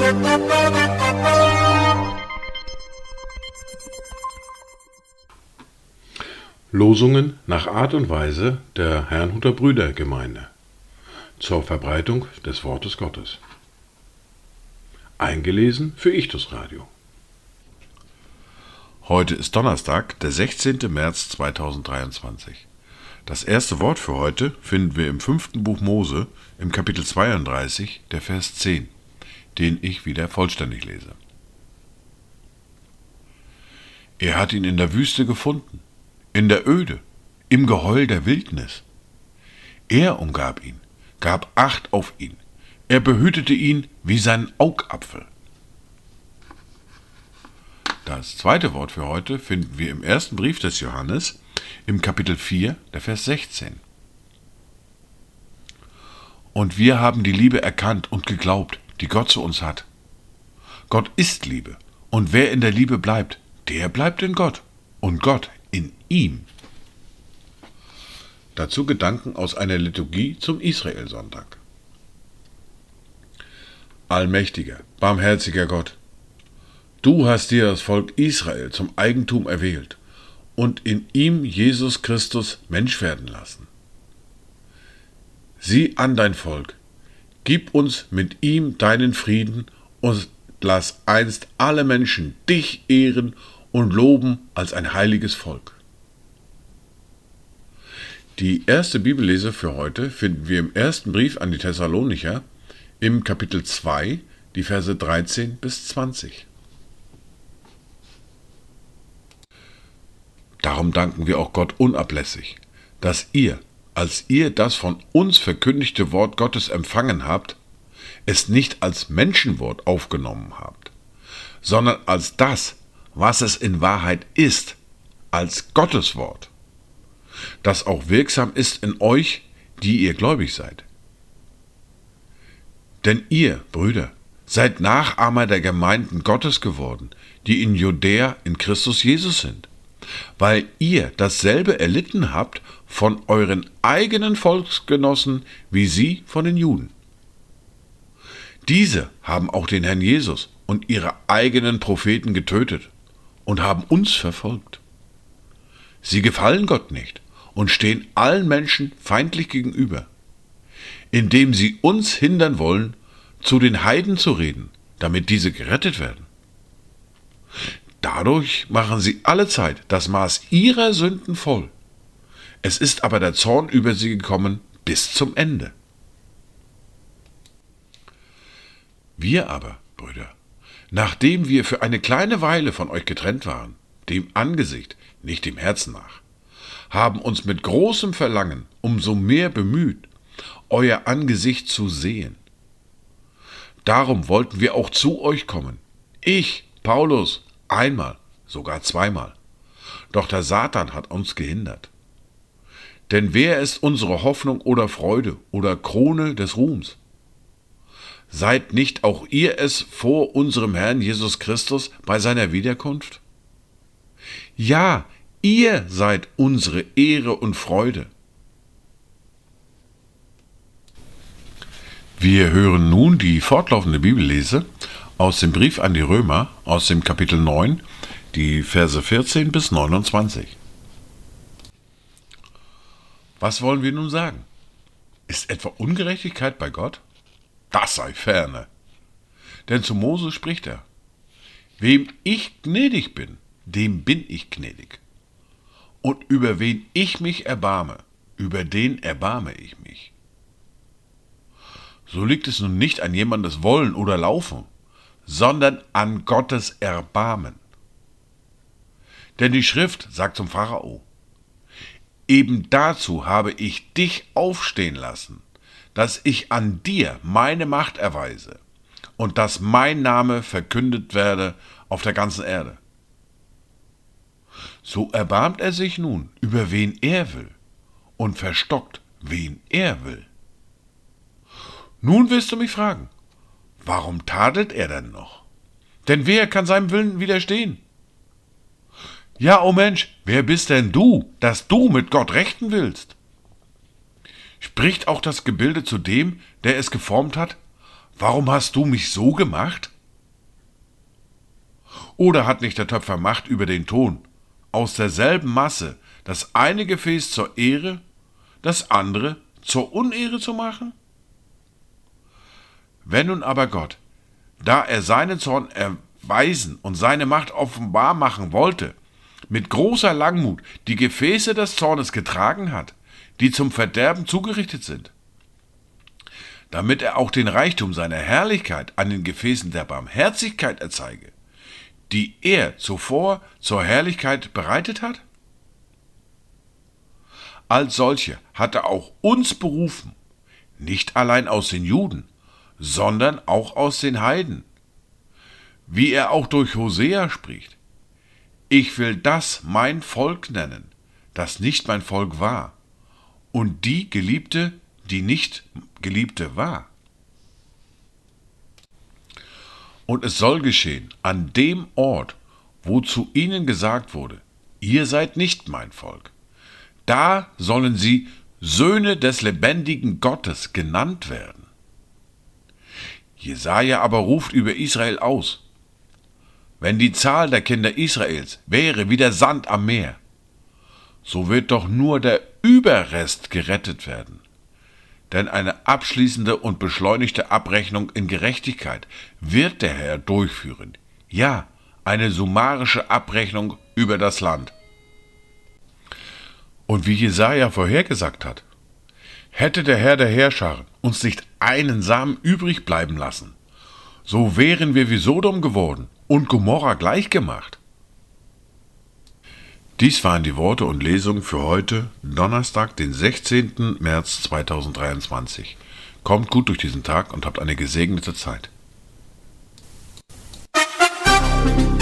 Losungen nach Art und Weise der Herrnhuter Brüdergemeinde zur Verbreitung des Wortes Gottes. Eingelesen für Ichtus Radio. Heute ist Donnerstag, der 16. März 2023. Das erste Wort für heute finden wir im 5. Buch Mose, im Kapitel 32, der Vers 10, den ich wieder vollständig lese. Er hat ihn in der Wüste gefunden, in der Öde, im Geheul der Wildnis. Er umgab ihn, gab Acht auf ihn, er behütete ihn wie seinen Augapfel. Das zweite Wort für heute finden wir im ersten Brief des Johannes, im Kapitel 4, der Vers 16. Und wir haben die Liebe erkannt und geglaubt, die Gott zu uns hat. Gott ist Liebe, und wer in der Liebe bleibt, der bleibt in Gott, und Gott in ihm. Dazu Gedanken aus einer Liturgie zum Israelsonntag. Allmächtiger, barmherziger Gott, du hast dir das Volk Israel zum Eigentum erwählt und in ihm Jesus Christus Mensch werden lassen. Sieh an dein Volk, gib uns mit ihm deinen Frieden und lass einst alle Menschen dich ehren und loben als ein heiliges Volk. Die erste Bibellese für heute finden wir im ersten Brief an die Thessalonicher im Kapitel 2, die Verse 13 bis 20. Darum danken wir auch Gott unablässig, dass ihr, als ihr das von uns verkündigte Wort Gottes empfangen habt, es nicht als Menschenwort aufgenommen habt, sondern als das, was es in Wahrheit ist, als Gottes Wort, das auch wirksam ist in euch, die ihr gläubig seid. Denn ihr, Brüder, seid Nachahmer der Gemeinden Gottes geworden, die in Judäa in Christus Jesus sind, weil ihr dasselbe erlitten habt von euren eigenen Volksgenossen wie sie von den Juden. Diese haben auch den Herrn Jesus und ihre eigenen Propheten getötet und haben uns verfolgt. Sie gefallen Gott nicht und stehen allen Menschen feindlich gegenüber, indem sie uns hindern wollen, zu den Heiden zu reden, damit diese gerettet werden. Dadurch machen sie allezeit das Maß ihrer Sünden voll. Es ist aber der Zorn über sie gekommen bis zum Ende. Wir aber, Brüder, nachdem wir für eine kleine Weile von euch getrennt waren, dem Angesicht, nicht dem Herzen nach, haben uns mit großem Verlangen umso mehr bemüht, euer Angesicht zu sehen. Darum wollten wir auch zu euch kommen. Ich, Paulus, einmal, sogar zweimal. Doch der Satan hat uns gehindert. Denn wer ist unsere Hoffnung oder Freude oder Krone des Ruhms? Seid nicht auch ihr es vor unserem Herrn Jesus Christus bei seiner Wiederkunft? Ja, ihr seid unsere Ehre und Freude. Wir hören nun die fortlaufende Bibellese aus dem Brief an die Römer, aus dem Kapitel 9, die Verse 14 bis 29. Was wollen wir nun sagen? Ist etwa Ungerechtigkeit bei Gott? Das sei ferne. Denn zu Mose spricht er: Wem ich gnädig bin, dem bin ich gnädig. Und über wen ich mich erbarme, über den erbarme ich mich. So liegt es nun nicht an jemandes Wollen oder Laufen, sondern an Gottes Erbarmen. Denn die Schrift sagt zum Pharao: Eben dazu habe ich dich aufstehen lassen, dass ich an dir meine Macht erweise und dass mein Name verkündet werde auf der ganzen Erde. So erbarmt er sich nun, über wen er will, und verstockt, wen er will. Nun wirst du mich fragen, warum tadelt er denn noch? Denn wer kann seinem Willen widerstehen? Ja, o Mensch, wer bist denn du, dass du mit Gott rechten willst? Spricht auch das Gebilde zu dem, der es geformt hat: Warum hast du mich so gemacht? Oder hat nicht der Töpfer Macht über den Ton, aus derselben Masse das eine Gefäß zur Ehre, das andere zur Unehre zu machen? Wenn nun aber Gott, da er seinen Zorn erweisen und seine Macht offenbar machen wollte, mit großer Langmut die Gefäße des Zornes getragen hat, die zum Verderben zugerichtet sind, damit er auch den Reichtum seiner Herrlichkeit an den Gefäßen der Barmherzigkeit erzeige, die er zuvor zur Herrlichkeit bereitet hat? Als solche hat er auch uns berufen, nicht allein aus den Juden, sondern auch aus den Heiden. Wie er auch durch Hosea spricht: Ich will das mein Volk nennen, das nicht mein Volk war, und die Geliebte, die nicht Geliebte war. Und es soll geschehen an dem Ort, wo zu ihnen gesagt wurde: Ihr seid nicht mein Volk. Da sollen sie Söhne des lebendigen Gottes genannt werden. Jesaja aber ruft über Israel aus: Wenn die Zahl der Kinder Israels wäre wie der Sand am Meer, so wird doch nur der Überrest gerettet werden. Denn eine abschließende und beschleunigte Abrechnung in Gerechtigkeit wird der Herr durchführen. Ja, eine summarische Abrechnung über das Land. Und wie Jesaja vorhergesagt hat: Hätte der Herr der Heerscharen uns nicht einen Samen übrig bleiben lassen, so wären wir wie Sodom geworden und Gomorra gleichgemacht. Dies waren die Worte und Lesungen für heute, Donnerstag, den 16. März 2023. Kommt gut durch diesen Tag und habt eine gesegnete Zeit.